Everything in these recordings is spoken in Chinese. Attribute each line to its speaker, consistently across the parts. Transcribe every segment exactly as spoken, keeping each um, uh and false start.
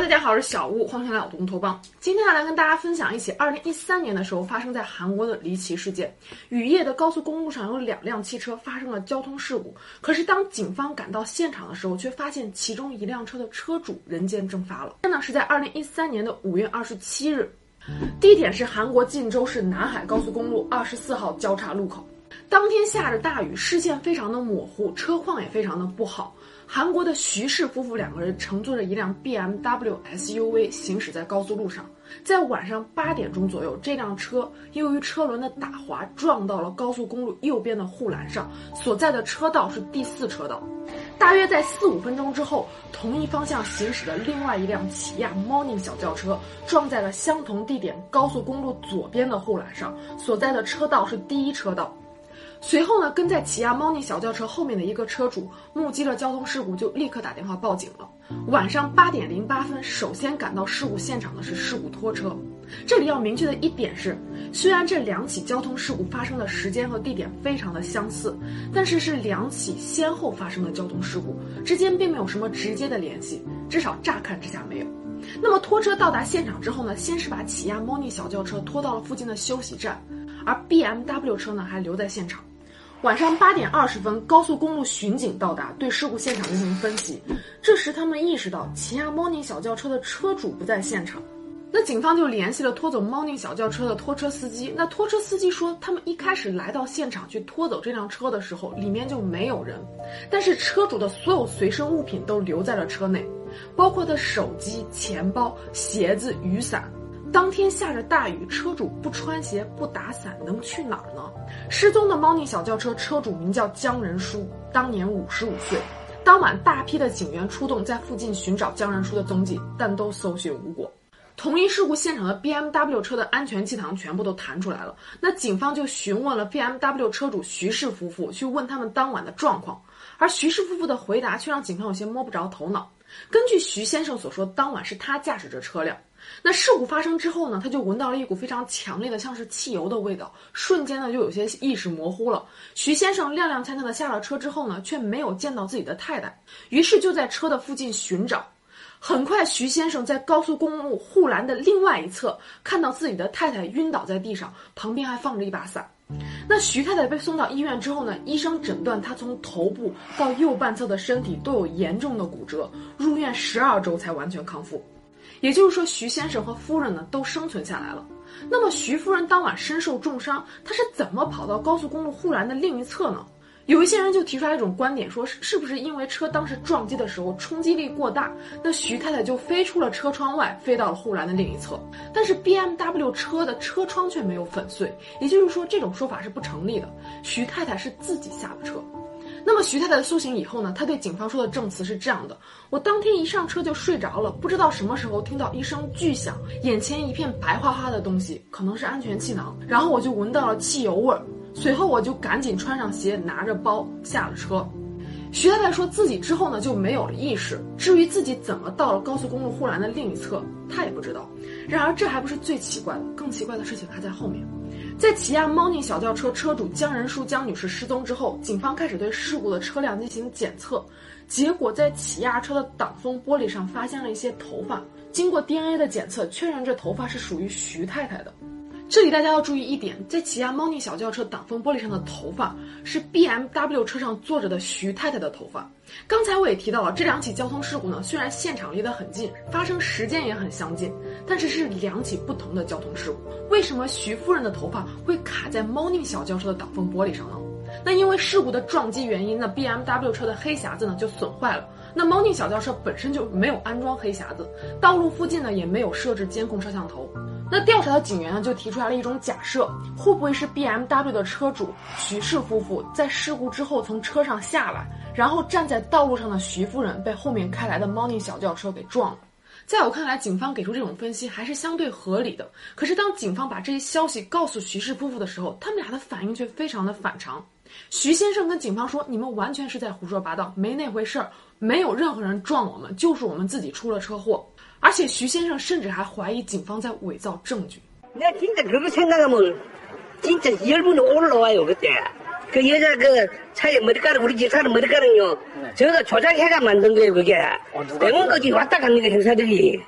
Speaker 1: 大家好，我是小吴，欢迎来到东头帮。今天要来跟大家分享一起二零一三年的时候发生在韩国的离奇事件。雨夜的高速公路上有两辆汽车发生了交通事故，可是当警方赶到现场的时候，却发现其中一辆车的车主人间蒸发了。这呢是在二零一三年的五月二十七日，地点是韩国晋州市南海高速公路二十四号交叉路口。当天下着大雨，视线非常的模糊，车况也非常的不好。韩国的徐氏夫妇两个人乘坐着一辆 B M W S U V 行驶在高速路上，在晚上八点钟左右，这辆车由于车轮的打滑撞到了高速公路右边的护栏上，所在的车道是第四车道。大约在四五分钟之后，同一方向行驶的另外一辆起亚 Morning 小轿车撞在了相同地点高速公路左边的护栏上，所在的车道是第一车道。随后呢，跟在起亚 Morning 小轿车后面的一个车主目击了交通事故，就立刻打电话报警了。晚上八点零八分，首先赶到事故现场的是事故拖车。这里要明确的一点是，虽然这两起交通事故发生的时间和地点非常的相似，但是是两起先后发生的交通事故，之间并没有什么直接的联系，至少乍看之下没有。那么拖车到达现场之后呢，先是把起亚 Morning 小轿车拖到了附近的休息站，而 B M W 车呢还留在现场。晚上八点二十分，高速公路巡警到达，对事故现场进行分析。这时他们意识到起亚 Morning 小轿车的车主不在现场，那警方就联系了拖走 Morning 小轿车的拖车司机。那拖车司机说，他们一开始来到现场去拖走这辆车的时候，里面就没有人，但是车主的所有随身物品都留在了车内，包括的手机、钱包、鞋子、雨伞。当天下着大雨，车主不穿鞋不打伞能去哪儿呢？失踪的 Morning 小轿车车主名叫姜仁书，当年五十五岁。当晚大批的警员出动，在附近寻找姜仁书的踪迹，但都搜寻无果。同一事故现场的 B M W 车的安全气囊全部都弹出来了，那警方就询问了 B M W 车主徐氏夫妇，去问他们当晚的状况，而徐氏夫妇的回答却让警方有些摸不着头脑。根据徐先生所说，当晚是他驾驶着车辆，那事故发生之后呢，他就闻到了一股非常强烈的像是汽油的味道，瞬间呢就有些意识模糊了。徐先生踉踉跄跄的下了车之后呢，却没有见到自己的太太，于是就在车的附近寻找。很快徐先生在高速公路护栏的另外一侧看到自己的太太晕倒在地上，旁边还放着一把伞。那徐太太被送到医院之后呢，医生诊断她从头部到右半侧的身体都有严重的骨折，入院十二周才完全康复。也就是说，徐先生和夫人呢都生存下来了。那么徐夫人当晚身受重伤，她是怎么跑到高速公路护栏的另一侧呢？有一些人就提出来一种观点，说是不是因为车当时撞击的时候冲击力过大，那徐太太就飞出了车窗外，飞到了护栏的另一侧。但是 B M W 车的车窗却没有粉碎，也就是说这种说法是不成立的，徐太太是自己下了车。那么徐太太苏醒以后呢，她对警方说的证词是这样的：我当天一上车就睡着了，不知道什么时候听到一声巨响，眼前一片白花花的东西，可能是安全气囊，然后我就闻到了汽油味儿，随后我就赶紧穿上鞋，拿着包下了车。徐太太说自己之后呢就没有了意识，至于自己怎么到了高速公路护栏的另一侧，她也不知道。然而这还不是最奇怪的，更奇怪的事情还在后面。在起亚 Morning 小轿车车主姜仁书姜女士失踪之后，警方开始对事故的车辆进行检测，结果在起亚车的挡风玻璃上发现了一些头发，经过 D N A 的检测，确认这头发是属于徐太太的。这里大家要注意一点，在起亚 Morning 小轿车挡风玻璃上的头发是 B M W 车上坐着的徐太太的头发。刚才我也提到了，这两起交通事故呢，虽然现场离得很近，发生时间也很相近，但是是两起不同的交通事故。为什么徐夫人的头发会卡在 Morning 小轿车的挡风玻璃上呢？那因为事故的撞击原因，那 B M W 车的黑匣子呢就损坏了。那 Morning 小轿车本身就没有安装黑匣子，道路附近呢也没有设置监控摄像头。那调查的警员呢就提出来了一种假设，会不会是 B M W 的车主徐氏夫妇在事故之后从车上下来，然后站在道路上的徐夫人被后面开来的 Morning 小轿车给撞了。在我看来，警方给出这种分析还是相对合理的。可是当警方把这些消息告诉徐氏夫妇的时候，他们俩的反应却非常的反常。徐先生跟警方说，你们完全是在胡说八道，没那回事儿，没有任何人撞我们，就是我们自己出了车祸。而且徐先生甚至还怀疑警方在伪造证据。
Speaker 2: 내가 진짜 그렇게 생각하면 진짜 열분이 올라와요. 그때 그 여자 그 차에 머리카락 우리 집 사는 머리카락요. 네. 저가 조작해가 만든 거예요. 그게 병원까지 왔다 갔는 거 형사들이.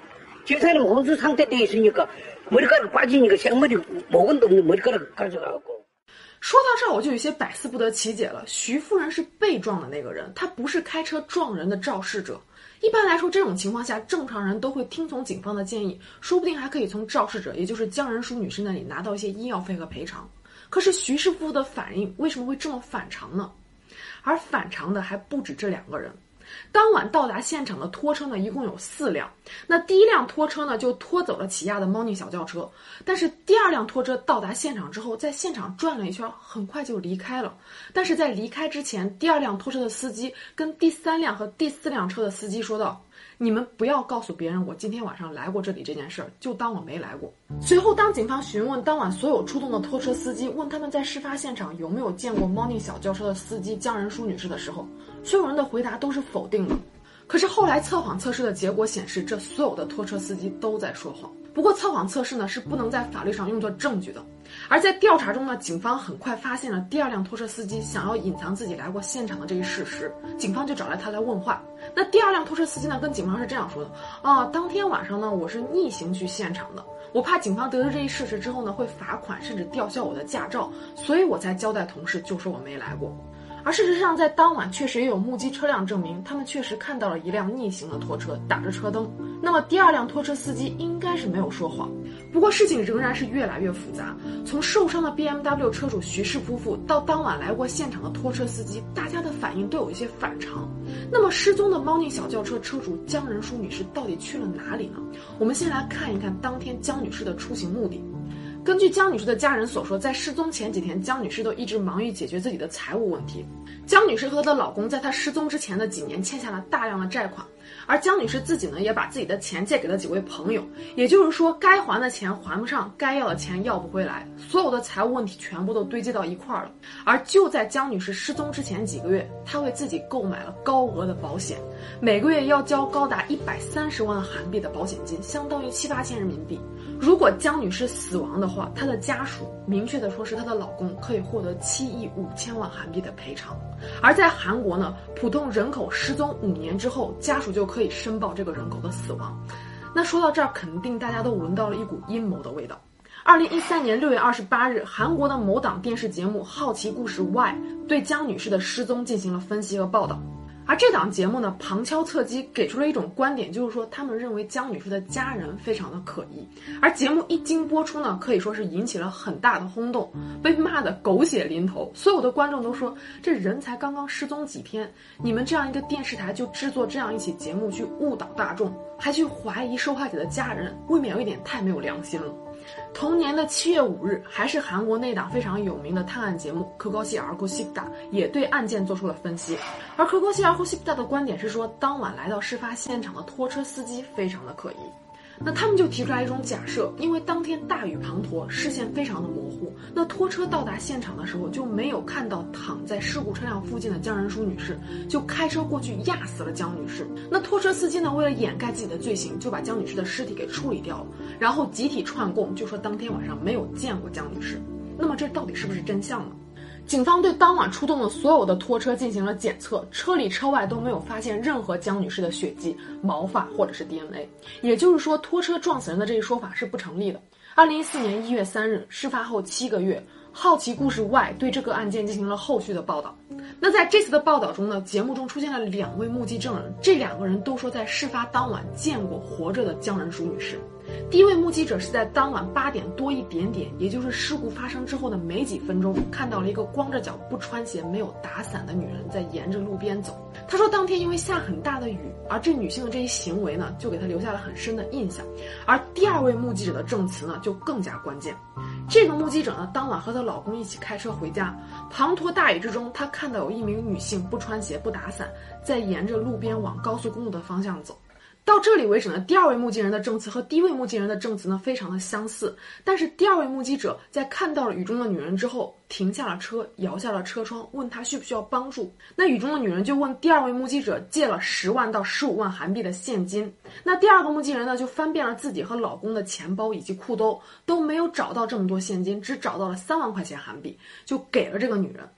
Speaker 2: 지사는 혼수 상태돼 있으니까 머리카락 빠지니까 생머리 목은 없는 머리카락 가져가고.
Speaker 1: 说到这儿，我就有些百思不得其解了。徐夫人是被撞的那个人，她不是开车撞人的肇事者。一般来说，这种情况下，正常人都会听从警方的建议，说不定还可以从肇事者，也就是江仁淑女士那里拿到一些医药费和赔偿。可是徐氏夫妇的反应为什么会这么反常呢？而反常的还不止这两个人。当晚到达现场的拖车呢，一共有四辆。那第一辆拖车呢，就拖走了起亚的猫腻小轿车。但是第二辆拖车到达现场之后，在现场转了一圈，很快就离开了。但是在离开之前，第二辆拖车的司机跟第三辆和第四辆车的司机说道：“你们不要告诉别人我今天晚上来过这里这件事儿，就当我没来过。”随后，当警方询问当晚所有出动的拖车司机，问他们在事发现场有没有见过猫腻小轿车的司机江仁淑女士的时候，所有人的回答都是否定的。可是后来测谎测试的结果显示，这所有的拖车司机都在说谎。不过测谎测试呢是不能在法律上用作证据的。而在调查中呢，警方很快发现了第二辆拖车司机想要隐藏自己来过现场的这一事实，警方就找来他来问话。那第二辆拖车司机呢跟警方是这样说的：啊，当天晚上呢我是逆行去现场的，我怕警方得知这一事实之后呢会罚款甚至吊销我的驾照，所以我才交代同事就说我没来过。而事实上，在当晚确实也有目击车辆证明，他们确实看到了一辆逆行的拖车打着车灯。那么第二辆拖车司机应该是没有说谎。不过事情仍然是越来越复杂，从受伤的 B M W 车主徐氏夫妇到当晚来过现场的拖车司机，大家的反应都有一些反常。那么失踪的猫腻小轿车车主江仁淑女士到底去了哪里呢？我们先来看一看当天江女士的出行目的。根据江女士的家人所说，在失踪前几天，江女士都一直忙于解决自己的财务问题。江女士和她的老公在她失踪之前的几年欠下了大量的债款，而江女士自己呢，也把自己的钱借给了几位朋友，也就是说，该还的钱还不上，该要的钱要不回来，所有的财务问题全部都堆积到一块儿了。而就在江女士失踪之前几个月，她为自己购买了高额的保险，每个月要交高达一百三十万韩币的保险金，相当于七八千人民币。如果江女士死亡的话，她的家属，明确的说是她的老公，可以获得七亿五千万韩币的赔偿。而在韩国呢，普通人口失踪五年之后，家属就可以申报这个人口的死亡。那说到这儿，肯定大家都闻到了一股阴谋的味道。二零一三年六月二十八日，韩国的某档电视节目《好奇故事 Y》对江女士的失踪进行了分析和报道。而这档节目呢，旁敲侧击给出了一种观点，就是说他们认为江女士的家人非常的可疑。而节目一经播出呢，可以说是引起了很大的轰动，被骂得狗血淋头。所有的观众都说，这人才刚刚失踪几天，你们这样一个电视台就制作这样一期节目去误导大众，还去怀疑受害者的家人，未免有一点太没有良心了。同年的七月五日，还是韩国那档非常有名的探案节目《그것이 알고 싶다》也对案件做出了分析。而그것이 알고 싶다的观点是说，当晚来到事发现场的拖车司机非常的可疑。那他们就提出来一种假设，因为当天大雨滂沱，视线非常的模糊，那拖车到达现场的时候就没有看到躺在事故车辆附近的江仁淑女士，就开车过去压死了江女士。那拖车司机呢，为了掩盖自己的罪行，就把江女士的尸体给处理掉了，然后集体串供，就说当天晚上没有见过江女士。那么这到底是不是真相呢？警方对当晚出动的所有的拖车进行了检测，车里车外都没有发现任何江女士的血迹、毛发或者是 D N A， 也就是说拖车撞死人的这一说法是不成立的。二零一四年一月三日，事发后七个月，好奇故事 Y 对这个案件进行了后续的报道。那在这次的报道中呢，节目中出现了两位目击证人，这两个人都说在事发当晚见过活着的江仁淑女士。第一位目击者是在当晚八点多一点点，也就是事故发生之后的没几分钟，看到了一个光着脚不穿鞋没有打伞的女人在沿着路边走。他说当天因为下很大的雨，而这女性的这一行为呢，就给他留下了很深的印象。而第二位目击者的证词呢，就更加关键。这个目击者呢，当晚和她老公一起开车回家，滂沱大雨之中，她看到有一名女性不穿鞋不打伞，在沿着路边往高速公路的方向走。到这里为止呢，第二位目击人的证词和第一位目击人的证词呢非常的相似，但是第二位目击者在看到了雨中的女人之后，停下了车，摇下了车窗，问她需不需要帮助。那雨中的女人就问第二位目击者借了十万到十五万韩币的现金。那第二个目击人呢就翻遍了自己和老公的钱包以及裤兜，都没有找到这么多现金，只找到了三万块钱韩币，就给了这个女人。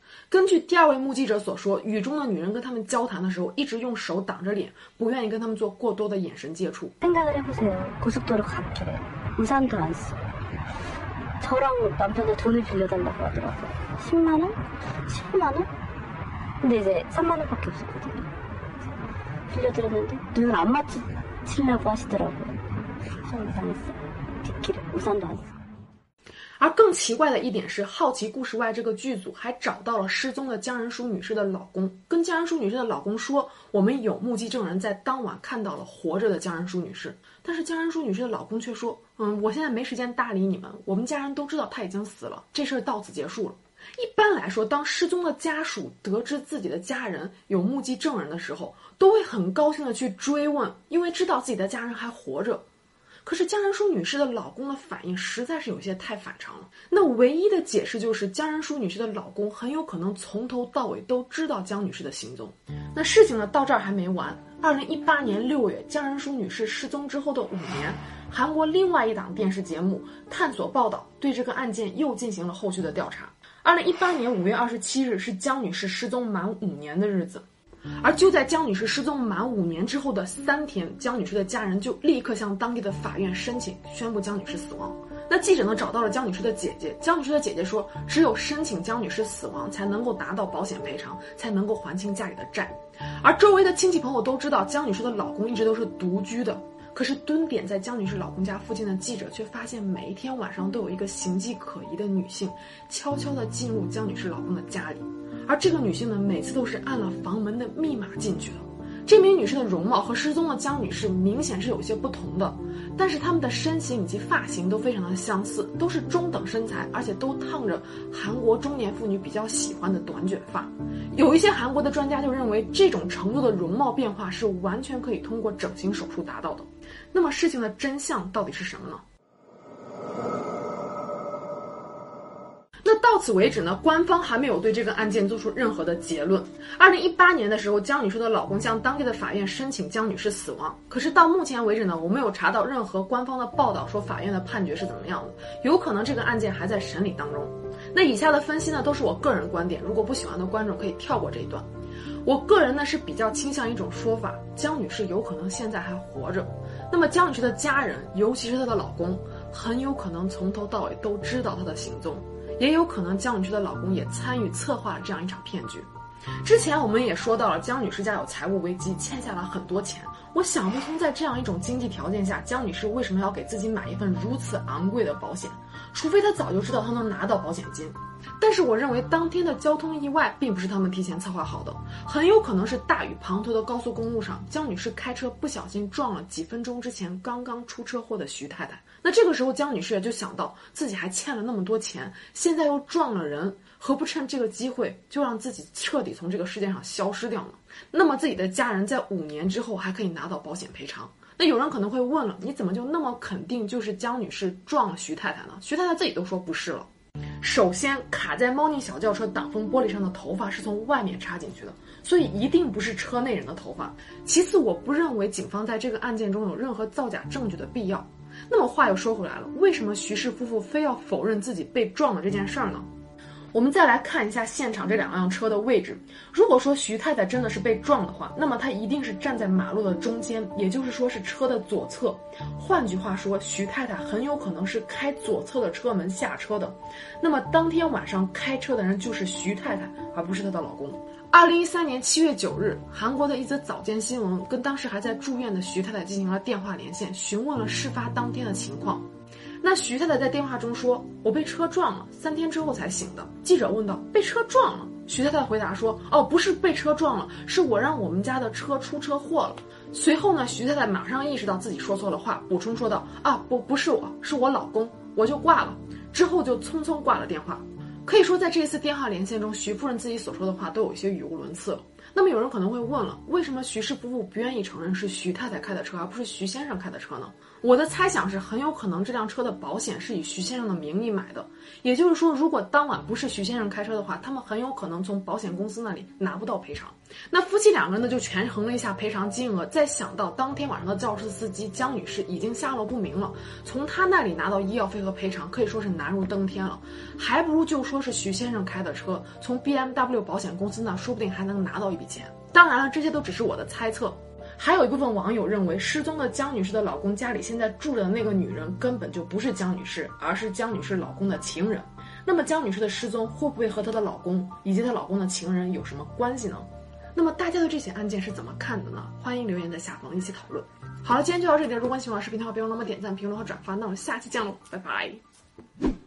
Speaker 1: 根据第二位目击者所说，雨中的女人跟他们交谈的时候，一直用手挡着脸，不愿意跟他们做过多的眼神接触。
Speaker 3: 생각을 해보세요. 고속도로 갓길에 우산도 안 쓰고 저랑 남편도 돈을 빌려달라고 하더라고요. 십만 원? 십오만 원? 근데 이제 삼만 원밖에 없었거든요. 빌려드렸는데 눈을 안 맞추려고 하시더라고요. 좀 이상했어요. 뒷길에 우산도 안 쓰고.
Speaker 1: 而更奇怪的一点是，《好奇故事外》这个剧组还找到了失踪的江仁淑女士的老公，跟江仁淑女士的老公说，我们有目击证人在当晚看到了活着的江仁淑女士。但是江仁淑女士的老公却说，嗯，我现在没时间搭理你们，我们家人都知道她已经死了，这事儿到此结束了。一般来说，当失踪的家属得知自己的家人有目击证人的时候，都会很高兴的去追问，因为知道自己的家人还活着。可是江仁淑女士的老公的反应实在是有些太反常了。那唯一的解释就是江仁淑女士的老公很有可能从头到尾都知道江女士的行踪。那事情呢到这儿还没完。二零一八年六月，江仁淑女士失踪之后的五年，韩国另外一档电视节目《探索报道》对这个案件又进行了后续的调查。二零一八年五月二十七日是江女士失踪满五年的日子。而就在江女士失踪满五年之后的三天，江女士的家人就立刻向当地的法院申请宣布江女士死亡。那记者呢找到了江女士的姐姐，江女士的姐姐说，只有申请江女士死亡才能够拿到保险赔偿，才能够还清家里的债。而周围的亲戚朋友都知道江女士的老公一直都是独居的，可是蹲点在江女士老公家附近的记者却发现，每一天晚上都有一个形迹可疑的女性悄悄地进入江女士老公的家里。而这个女性呢，每次都是按了房门的密码进去的。这名女士的容貌和失踪的江女士明显是有些不同的，但是她们的身形以及发型都非常的相似，都是中等身材，而且都烫着韩国中年妇女比较喜欢的短卷发。有一些韩国的专家就认为，这种程度的容貌变化是完全可以通过整形手术达到的。那么事情的真相到底是什么呢？那到此为止呢，官方还没有对这个案件做出任何的结论。二零一八年的时候，江女士的老公向当地的法院申请江女士死亡，可是到目前为止呢，我没有查到任何官方的报道说法院的判决是怎么样的，有可能这个案件还在审理当中。那以下的分析呢，都是我个人观点，如果不喜欢的观众可以跳过这一段。我个人呢是比较倾向一种说法，江女士有可能现在还活着，那么江女士的家人，尤其是她的老公，很有可能从头到尾都知道她的行踪。也有可能江女士的老公也参与策划了这样一场骗局。之前我们也说到了，江女士家有财务危机，欠下了很多钱。我想不通，在这样一种经济条件下，江女士为什么要给自己买一份如此昂贵的保险？除非她早就知道她能拿到保险金。但是我认为当天的交通意外并不是他们提前策划好的，很有可能是大雨滂沱的高速公路上，江女士开车不小心撞了几分钟之前刚刚出车祸的徐太太。那这个时候江女士也就想到自己还欠了那么多钱，现在又撞了人，何不趁这个机会就让自己彻底从这个世界上消失掉呢？那么自己的家人在五年之后还可以拿到保险赔偿。那有人可能会问了，你怎么就那么肯定就是江女士撞了徐太太呢？徐太太自己都说不是了。首先，卡在猫腻小轿车挡风玻璃上的头发是从外面插进去的，所以一定不是车内人的头发。其次，我不认为警方在这个案件中有任何造假证据的必要。那么话又说回来了，为什么徐氏夫妇非要否认自己被撞的这件事儿呢？我们再来看一下现场这两辆车的位置。如果说徐太太真的是被撞的话，那么她一定是站在马路的中间，也就是说是车的左侧。换句话说，徐太太很有可能是开左侧的车门下车的。那么当天晚上开车的人就是徐太太，而不是她的老公。二零一三年七月九日，韩国的一则早间新闻跟当时还在住院的徐太太进行了电话连线，询问了事发当天的情况。那徐太太在电话中说，我被车撞了，三天之后才醒的。记者问道，被车撞了？徐太太回答说，哦，不是被车撞了，是我让我们家的车出车祸了。随后呢，徐太太马上意识到自己说错了话，补充说道，啊，不，不是我，是我老公，我就挂了。之后就匆匆挂了电话。可以说在这一次电话连线中，徐夫人自己所说的话都有一些语无伦次了。那么有人可能会问了，为什么徐氏夫妇不愿意承认是徐太太开的车，而不是徐先生开的车呢？我的猜想是，很有可能这辆车的保险是以徐先生的名义买的，也就是说，如果当晚不是徐先生开车的话，他们很有可能从保险公司那里拿不到赔偿。 那夫妻两个人呢就权衡了一下赔偿金额，再想到当天晚上的轿车司机江女士已经下落不明了，从她那里拿到医药费和赔偿可以说是难如登天了，还不如就说是徐先生开的车，从 B M W 保险公司那说不定还能拿到一笔钱。当然了，这些都只是我的猜测。还有一部分网友认为，失踪的江女士的老公家里现在住着的那个女人根本就不是江女士，而是江女士老公的情人。那么江女士的失踪会不会和她的老公以及她老公的情人有什么关系呢？那么大家对这起案件是怎么看的呢？欢迎留言在下方一起讨论。好了，今天就到这里了。如果你喜欢我的视频的话，别忘了点赞、评论和转发。那我们下期见喽，拜拜。